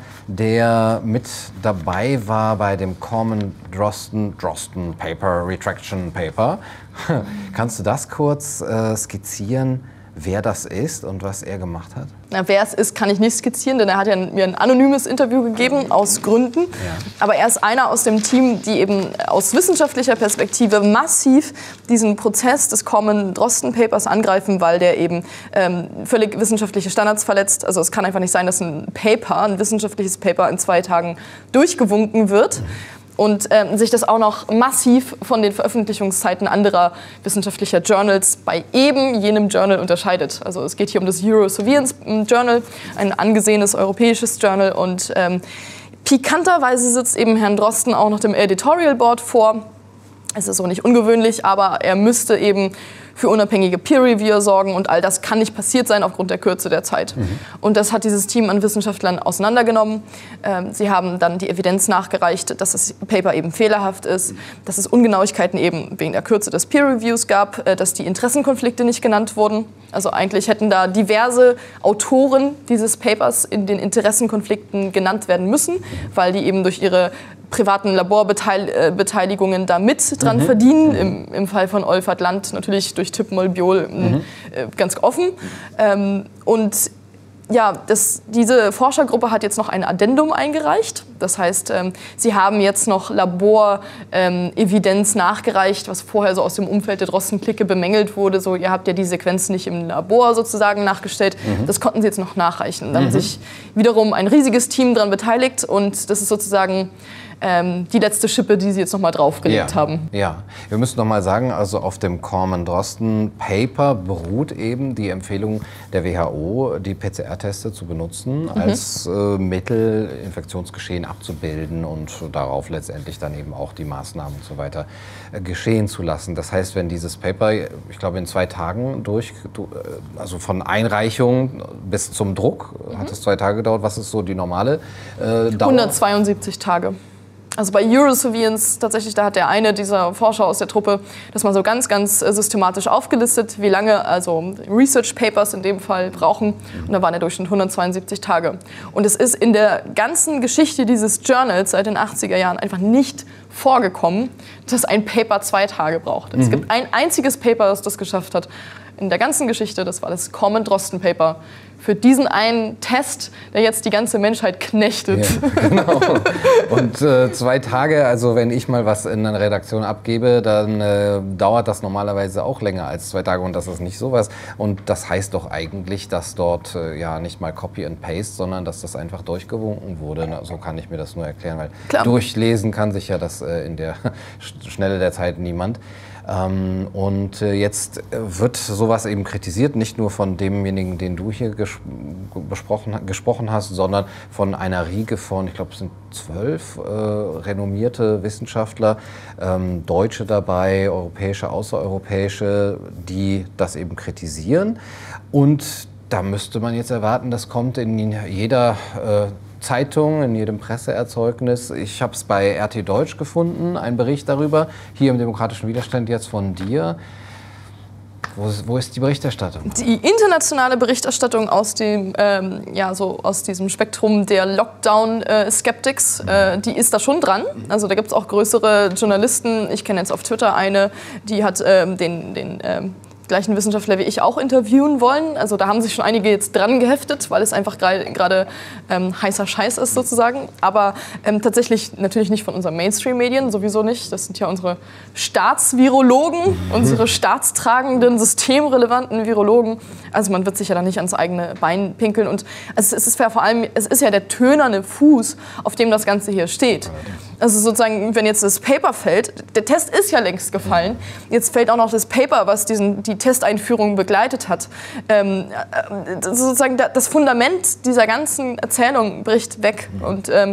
der mit dabei war bei dem Corman Drosten, Drosten Paper, Retraction Paper. Kannst du das kurz äh, skizzieren, wer das ist und was er gemacht hat? Na, wer es ist, kann ich nicht skizzieren, denn er hat ja mir ein anonymes Interview gegeben, aus Gründen. Ja. Aber er ist einer aus dem Team, die eben aus wissenschaftlicher Perspektive massiv diesen Prozess des Corman Drosten Papers angreifen, weil der eben ähm, völlig wissenschaftliche Standards verletzt. Also es kann einfach nicht sein, dass ein Paper, ein wissenschaftliches Paper in zwei Tagen durchgewunken wird. Mhm. Und ähm, sich das auch noch massiv von den Veröffentlichungszeiten anderer wissenschaftlicher Journals bei eben jenem Journal unterscheidet. Also es geht hier um das Eurosurveillance Journal, ein angesehenes europäisches Journal. Und ähm, pikanterweise sitzt eben Herrn Drosten auch noch dem Editorial Board vor. Es ist so nicht ungewöhnlich, aber er müsste eben für unabhängige Peer-Reviewer sorgen und all das kann nicht passiert sein aufgrund der Kürze der Zeit. Mhm. Und das hat dieses Team an Wissenschaftlern auseinandergenommen. Ähm, sie haben dann die Evidenz nachgereicht, dass das Paper eben fehlerhaft ist, dass es Ungenauigkeiten eben wegen der Kürze des Peer-Reviews gab, äh, dass die Interessenkonflikte nicht genannt wurden. Also eigentlich hätten da diverse Autoren dieses Papers in den Interessenkonflikten genannt werden müssen, weil die eben durch ihre privaten Laborbeteiligungen da mit dran mhm. verdienen. Im, Im Fall von Olfert Land natürlich durch Typ Molbiol mhm. äh, ganz offen. Ähm, und ja, das, diese Forschergruppe hat jetzt noch ein Addendum eingereicht. Das heißt, ähm, sie haben jetzt noch Laborevidenz ähm, nachgereicht, was vorher so aus dem Umfeld der Drosten-Clique bemängelt wurde. So, ihr habt ja die Sequenz nicht im Labor sozusagen nachgestellt. Mhm. Das konnten sie jetzt noch nachreichen. Da mhm. hat sich wiederum ein riesiges Team daran beteiligt und das ist sozusagen ähm, die letzte Schippe, die sie jetzt noch mal draufgelegt ja. haben. Ja, wir müssen noch mal sagen, also auf dem Corman Drosten Paper beruht eben die Empfehlung der W H O, die P C R-Teste zu benutzen mhm. als äh, Mittel, Infektionsgeschehen abzubilden und darauf letztendlich dann eben auch die Maßnahmen und so weiter äh, geschehen zu lassen. Das heißt, wenn dieses Paper, ich glaube in zwei Tagen durch, also von Einreichung bis zum Druck, mhm. hat es zwei Tage gedauert. Was ist so die normale äh, Dauer? hundertzweiundsiebzig Tage. Also bei Eurosurveillance, tatsächlich, da hat der eine dieser Forscher aus der Truppe das mal so ganz, ganz systematisch aufgelistet, wie lange also Research Papers in dem Fall brauchen. Und da waren der Durchschnitt hundertzweiundsiebzig Tage. Und es ist in der ganzen Geschichte dieses Journals seit den achtziger Jahren einfach nicht vorgekommen, dass ein Paper zwei Tage braucht. Mhm. Es gibt ein einziges Paper, das das geschafft hat. In der ganzen Geschichte, das war das Corman Drosten Paper. Für diesen einen Test, der jetzt die ganze Menschheit knechtet. Ja, genau. Und äh, zwei Tage, also wenn ich mal was in einer Redaktion abgebe, dann äh, dauert das normalerweise auch länger als zwei Tage und das ist nicht sowas. Und das heißt doch eigentlich, dass dort äh, ja nicht mal Copy and Paste, sondern dass das einfach durchgewunken wurde. Na, so kann ich mir das nur erklären, weil Klar. durchlesen kann sich ja das äh, in der Schnelle der Zeit niemand. Ähm, und äh, jetzt wird sowas eben kritisiert, nicht nur von demjenigen, den du hier ges besprochen, gesprochen hast, sondern von einer Riege von, ich glaube, es sind zwölf äh, renommierte Wissenschaftler, ähm, Deutsche dabei, europäische, außereuropäische, die das eben kritisieren. Und da müsste man jetzt erwarten, das kommt in jeder äh, Zeitung, in jedem Presseerzeugnis. Ich habe es bei R T Deutsch gefunden, einen Bericht darüber, hier im Demokratischen Widerstand jetzt von dir. Wo ist, wo ist die Berichterstattung? Die internationale Berichterstattung aus dem, ähm, ja, so aus diesem Spektrum der Lockdown-Skeptics, äh, die ist da schon dran. Also da gibt es auch größere Journalisten. Ich kenne jetzt auf Twitter eine, die hat ähm, den, den ähm, gleichen Wissenschaftler wie ich auch interviewen wollen. Also da haben sich schon einige jetzt dran geheftet, weil es einfach gerade ähm, heißer Scheiß ist sozusagen. Aber ähm, tatsächlich natürlich nicht von unseren Mainstream-Medien, sowieso nicht. Das sind ja unsere Staatsvirologen, unsere staatstragenden, systemrelevanten Virologen. Also man wird sich ja da nicht ans eigene Bein pinkeln. Und es ist ja vor allem, es ist ja der tönerne Fuß, auf dem das Ganze hier steht. Also sozusagen, wenn jetzt das Paper fällt, der Test ist ja längst gefallen, jetzt fällt auch noch das Paper, was diesen, die Testeinführung begleitet hat. Ähm, sozusagen das Fundament dieser ganzen Erzählung bricht weg und ähm,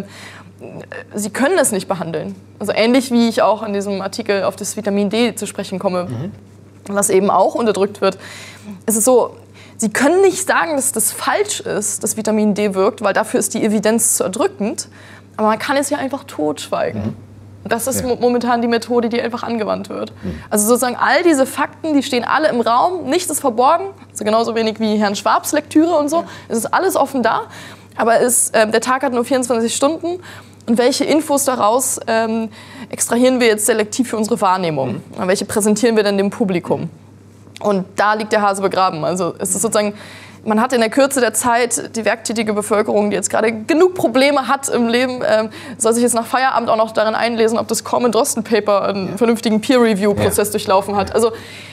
sie können es nicht behandeln. Also ähnlich wie ich auch in diesem Artikel auf das Vitamin D zu sprechen komme, mhm. was eben auch unterdrückt wird. Es ist so, sie können nicht sagen, dass das falsch ist, dass Vitamin D wirkt, weil dafür ist die Evidenz zu erdrückend. Aber man kann es ja einfach totschweigen. Mhm. Das ist ja. momentan die Methode, die einfach angewandt wird. Mhm. Also sozusagen all diese Fakten, die stehen alle im Raum, nichts ist verborgen, also genauso wenig wie Herrn Schwabs Lektüre und so. Ja. Es ist alles offen da, aber es, äh, der Tag hat nur vierundzwanzig Stunden. Und welche Infos daraus ähm, extrahieren wir jetzt selektiv für unsere Wahrnehmung? Mhm. Welche präsentieren wir denn dem Publikum? Und da liegt der Hase begraben. Also es ist sozusagen... Man hat in der Kürze der Zeit die werktätige Bevölkerung, die jetzt gerade genug Probleme hat im Leben, ähm, soll sich jetzt nach Feierabend auch noch darin einlesen, ob das Corman-Drosten-Paper einen ja. vernünftigen Peer-Review-Prozess ja. durchlaufen hat. Also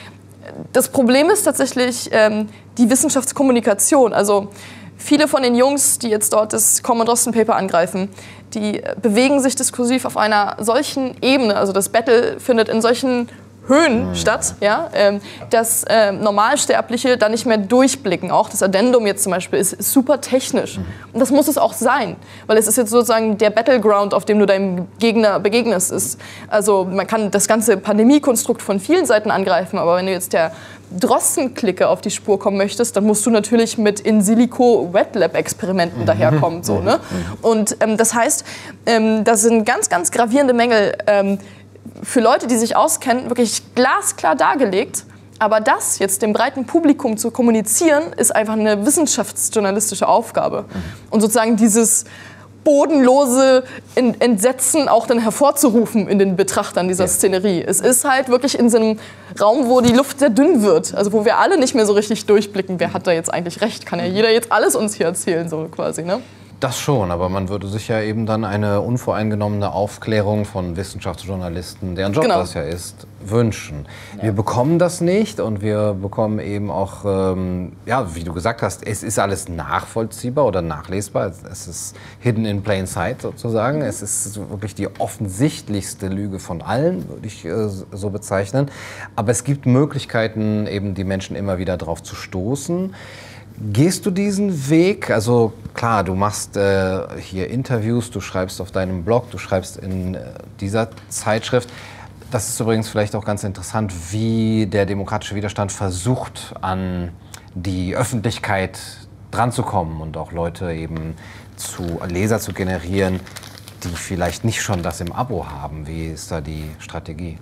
das Problem ist tatsächlich ähm, die Wissenschaftskommunikation. Also viele von den Jungs, die jetzt dort das Corman-Drosten-Paper angreifen, die bewegen sich diskursiv auf einer solchen Ebene. Also das Battle findet in solchen Höhen statt, ja, ähm, dass äh, Normalsterbliche da nicht mehr durchblicken. Auch das Addendum jetzt zum Beispiel ist, ist super technisch. Und das muss es auch sein, weil es ist jetzt sozusagen der Battleground, auf dem du deinem Gegner begegnest. Ist, also man kann das ganze Pandemiekonstrukt von vielen Seiten angreifen, aber wenn du jetzt der Drosten-Clique auf die Spur kommen möchtest, dann musst du natürlich mit In-Silico-Wet-Lab-Experimenten daherkommen. So, ne? Und ähm, das heißt, ähm, das sind ganz, ganz gravierende Mängel, ähm, für Leute, die sich auskennen, wirklich glasklar dargelegt. Aber das jetzt dem breiten Publikum zu kommunizieren, ist einfach eine wissenschaftsjournalistische Aufgabe. Und sozusagen dieses bodenlose Entsetzen auch dann hervorzurufen in den Betrachtern dieser Szenerie. Es ist halt wirklich in so einem Raum, wo die Luft sehr dünn wird. Also wo wir alle nicht mehr so richtig durchblicken, wer hat da jetzt eigentlich recht. Kann ja jeder jetzt alles uns hier erzählen, so quasi, ne? Das schon, aber man würde sich ja eben dann eine unvoreingenommene Aufklärung von Wissenschaftsjournalisten, deren Job genau. das ja ist, wünschen. Ja. Wir bekommen das nicht und wir bekommen eben auch, ähm, ja, wie du gesagt hast, es ist alles nachvollziehbar oder nachlesbar. Es ist hidden in plain sight sozusagen. Es ist wirklich die offensichtlichste Lüge von allen, würde ich äh, so bezeichnen. Aber es gibt Möglichkeiten, eben die Menschen immer wieder drauf zu stoßen. Gehst du diesen Weg? Also klar, du machst äh, hier Interviews, du schreibst auf deinem Blog, du schreibst in äh, dieser Zeitschrift. Das ist übrigens vielleicht auch ganz interessant, wie der demokratische Widerstand versucht, an die Öffentlichkeit dranzukommen und auch Leute eben zu Leser zu generieren, die vielleicht nicht schon das im Abo haben. Wie ist da die Strategie?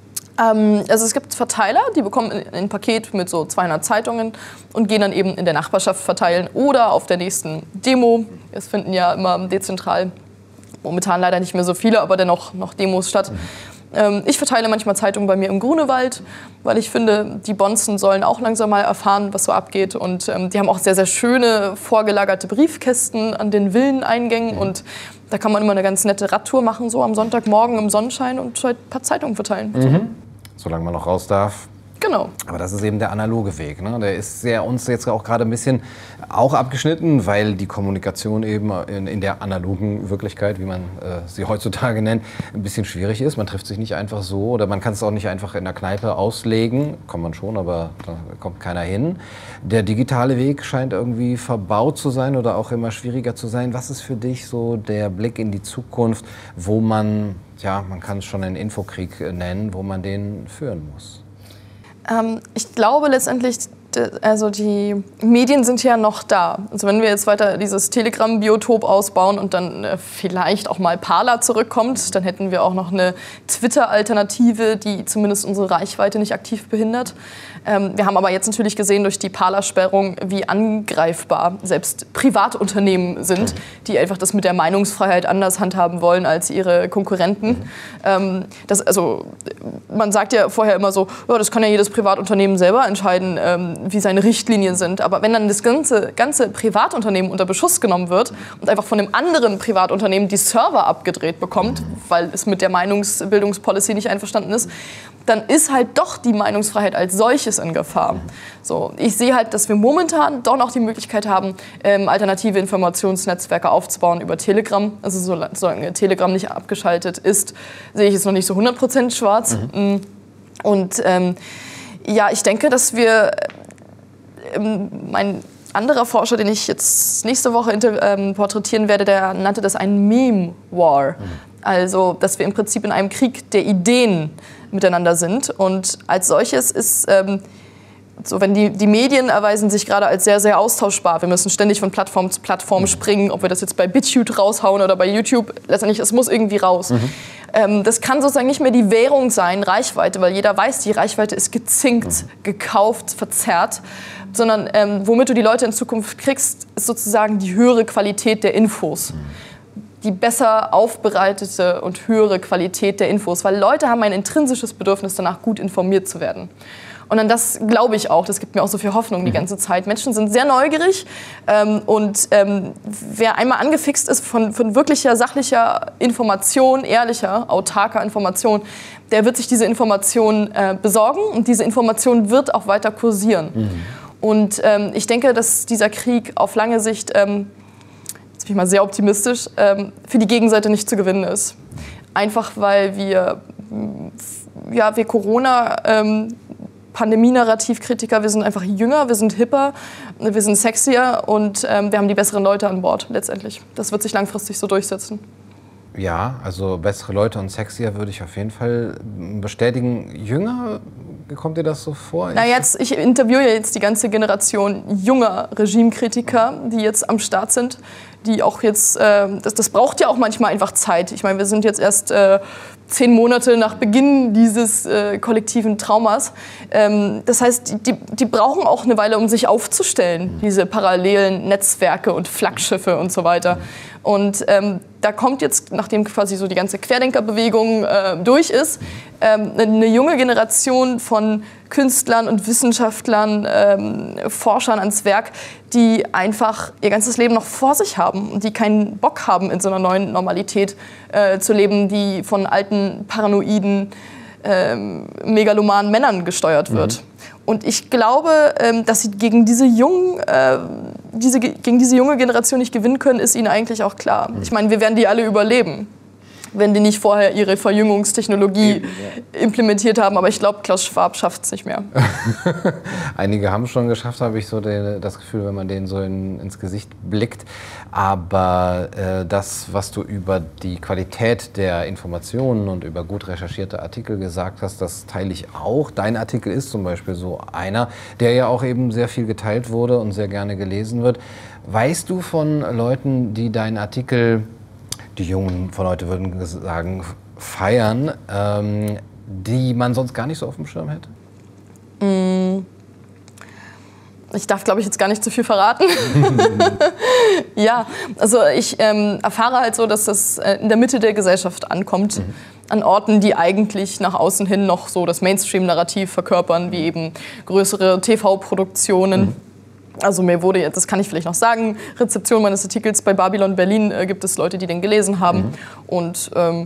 Ähm, also es gibt Verteiler, die bekommen ein Paket mit so zweihundert Zeitungen und gehen dann eben in der Nachbarschaft verteilen oder auf der nächsten Demo. Es finden ja immer dezentral, momentan leider nicht mehr so viele, aber dennoch noch Demos statt. Mhm. Ähm, ich verteile manchmal Zeitungen bei mir im Grunewald, weil ich finde, die Bonzen sollen auch langsam mal erfahren, was so abgeht. Und ähm, die haben auch sehr, sehr schöne vorgelagerte Briefkästen an den Villeneingängen. Mhm. Und da kann man immer eine ganz nette Radtour machen, so am Sonntagmorgen im Sonnenschein und ein paar Zeitungen verteilen. Mhm. Solange man noch raus darf. Genau. Aber das ist eben der analoge Weg, ne? Der ist sehr uns jetzt auch gerade ein bisschen auch abgeschnitten, weil die Kommunikation eben in, in der analogen Wirklichkeit, wie man äh, sie heutzutage nennt, ein bisschen schwierig ist. Man trifft sich nicht einfach so oder man kann es auch nicht einfach in der Kneipe auslegen. Kann man schon, aber da kommt keiner hin. Der digitale Weg scheint irgendwie verbaut zu sein oder auch immer schwieriger zu sein. Was ist für dich so der Blick in die Zukunft, wo man, ja, man kann es schon einen Infokrieg nennen, wo man den führen muss? Ähm, ich glaube letztendlich, Also die Medien sind ja noch da. Also wenn wir jetzt weiter dieses Telegram-Biotop ausbauen und dann äh, vielleicht auch mal Parler zurückkommt, dann hätten wir auch noch eine Twitter-Alternative, die zumindest unsere Reichweite nicht aktiv behindert. Ähm, wir haben aber jetzt natürlich gesehen durch die Parler-Sperrung, wie angreifbar selbst Privatunternehmen sind, die einfach das mit der Meinungsfreiheit anders handhaben wollen als ihre Konkurrenten. Ähm, das, also, man sagt ja vorher immer so, ja, das kann ja jedes Privatunternehmen selber entscheiden, ähm, wie seine Richtlinien sind. Aber wenn dann das ganze, ganze Privatunternehmen unter Beschuss genommen wird und einfach von einem anderen Privatunternehmen die Server abgedreht bekommt, weil es mit der Meinungsbildungspolicy nicht einverstanden ist, dann ist halt doch die Meinungsfreiheit als solches in Gefahr. So, ich sehe halt, dass wir momentan doch noch die Möglichkeit haben, ähm, alternative Informationsnetzwerke aufzubauen über Telegram. Also solange Telegram nicht abgeschaltet ist, sehe ich es noch nicht so hundert Prozent schwarz. Mhm. Und ähm, ja, ich denke, dass wir mein anderer Forscher, den ich jetzt nächste Woche ähm, porträtieren werde, der nannte das ein Meme-War. Mhm. Also, dass wir im Prinzip in einem Krieg der Ideen miteinander sind. Und als solches ist, ähm, so, wenn die, die Medien erweisen sich gerade als sehr, sehr austauschbar. Wir müssen ständig von Plattform zu Plattform springen, ob wir das jetzt bei BitChute raushauen oder bei YouTube. Letztendlich, es muss irgendwie raus. Mhm. Ähm, das kann sozusagen nicht mehr die Währung sein, Reichweite, weil jeder weiß, die Reichweite ist gezinkt, mhm. gekauft, verzerrt. Sondern ähm, womit du die Leute in Zukunft kriegst, ist sozusagen die höhere Qualität der Infos. Die besser aufbereitete und höhere Qualität der Infos. Weil Leute haben ein intrinsisches Bedürfnis danach, gut informiert zu werden. Und an das glaube ich auch. Das gibt mir auch so viel Hoffnung die ganze Zeit. Menschen sind sehr neugierig. Ähm, und ähm, wer einmal angefixt ist von, von wirklicher, sachlicher Information, ehrlicher, autarker Information, der wird sich diese Information äh, besorgen. Und diese Information wird auch weiter kursieren. Mhm. Und ähm, ich denke, dass dieser Krieg auf lange Sicht, ähm, jetzt bin ich mal sehr optimistisch, ähm, für die Gegenseite nicht zu gewinnen ist. Einfach weil wir, ja, wir Corona, ähm, Pandemie-Narrativkritiker, wir sind einfach jünger, wir sind hipper, wir sind sexier und ähm, wir haben die besseren Leute an Bord letztendlich. Das wird sich langfristig so durchsetzen. Ja, also bessere Leute und sexier würde ich auf jeden Fall bestätigen. Jünger, kommt dir das so vor? Na jetzt, ich interviewe ja jetzt die ganze Generation junger Regimekritiker, die jetzt am Start sind, die auch jetzt, äh, das, das braucht ja auch manchmal einfach Zeit. Ich meine, wir sind jetzt erst äh, zehn Monate nach Beginn dieses äh, kollektiven Traumas. Ähm, das heißt, die, die brauchen auch eine Weile, um sich aufzustellen, diese parallelen Netzwerke und Flaggschiffe und so weiter. Und ähm, da kommt jetzt, nachdem quasi so die ganze Querdenkerbewegung äh, durch ist, ähm, eine junge Generation von Künstlern und Wissenschaftlern, ähm, Forschern ans Werk, die einfach ihr ganzes Leben noch vor sich haben und die keinen Bock haben, in so einer neuen Normalität äh, zu leben, die von alten, paranoiden, ähm, megalomanen Männern gesteuert wird. Mhm. Und ich glaube, ähm, dass sie gegen diese, jungen, äh, diese, gegen diese junge Generation nicht gewinnen können, ist ihnen eigentlich auch klar. Mhm. Ich meine, wir werden die alle überleben, wenn die nicht vorher ihre Verjüngungstechnologie Eben, ja. implementiert haben. Aber ich glaube, Klaus Schwab schafft es nicht mehr. Einige haben es schon geschafft, habe ich so den, das Gefühl, wenn man denen so in, ins Gesicht blickt. Aber äh, das, was du über die Qualität der Informationen und über gut recherchierte Artikel gesagt hast, das teile ich auch. Dein Artikel ist zum Beispiel so einer, der ja auch eben sehr viel geteilt wurde und sehr gerne gelesen wird. Weißt du von Leuten, die deinen Artikel, die Jungen von heute würden sagen, feiern, ähm, die man sonst gar nicht so auf dem Schirm hätte? Mm. Ich darf, glaube ich, jetzt gar nicht zu viel verraten. Ja, also ich ähm, erfahre halt so, dass das in der Mitte der Gesellschaft ankommt. Mhm. An Orten, die eigentlich nach außen hin noch so das Mainstream-Narrativ verkörpern, wie eben größere T V-Produktionen. Mhm. Also mir wurde jetzt, das kann ich vielleicht noch sagen, Rezeption meines Artikels bei Babylon Berlin äh, gibt es Leute, die den gelesen haben. Mhm. Und ähm,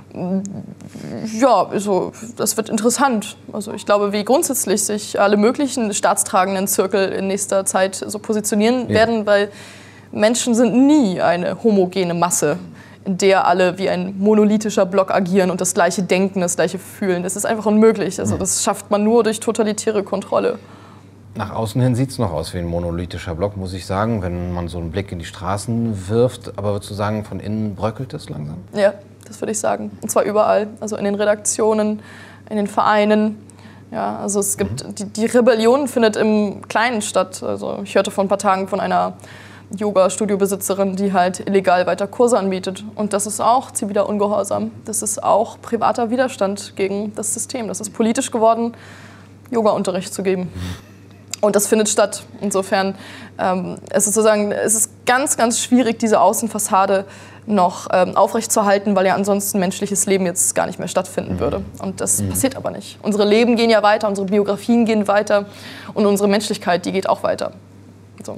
ja, also, das wird interessant. Also ich glaube, wie grundsätzlich sich alle möglichen staatstragenden Zirkel in nächster Zeit so positionieren ja. werden, weil Menschen sind nie eine homogene Masse, in der alle wie ein monolithischer Block agieren und das gleiche denken, das gleiche fühlen. Das ist einfach unmöglich. Also das schafft man nur durch totalitäre Kontrolle. Nach außen hin sieht es noch aus wie ein monolithischer Block, muss ich sagen, wenn man so einen Blick in die Straßen wirft. Aber würdest du sagen, von innen bröckelt es langsam? Ja, das würde ich sagen. Und zwar überall. Also in den Redaktionen, in den Vereinen, Ja, also es gibt, die, die Rebellion findet im Kleinen statt. Also ich hörte vor ein paar Tagen von einer Yoga-Studio-Besitzerin, die halt illegal weiter Kurse anbietet. Und das ist auch ziviler Ungehorsam. Das ist auch privater Widerstand gegen das System. Das ist politisch geworden, Yoga-Unterricht zu geben. Und das findet statt. Insofern ähm, es ist sozusagen, es ist ganz, ganz schwierig, diese Außenfassade noch ähm, aufrechtzuerhalten, weil ja ansonsten menschliches Leben jetzt gar nicht mehr stattfinden würde. Und das mhm. passiert aber nicht. Unsere Leben gehen ja weiter, unsere Biografien gehen weiter und unsere Menschlichkeit, die geht auch weiter. So.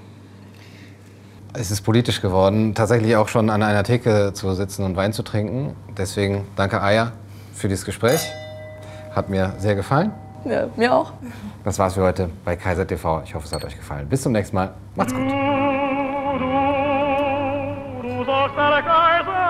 Es ist politisch geworden, tatsächlich auch schon an einer Theke zu sitzen und Wein zu trinken. Deswegen danke, Aya, für dieses Gespräch. Hat mir sehr gefallen. Ja, mir auch. Das war's für heute bei Kaiser T V. Ich hoffe, es hat euch gefallen. Bis zum nächsten Mal. Macht's gut. Du, du, du sollst der Kaiser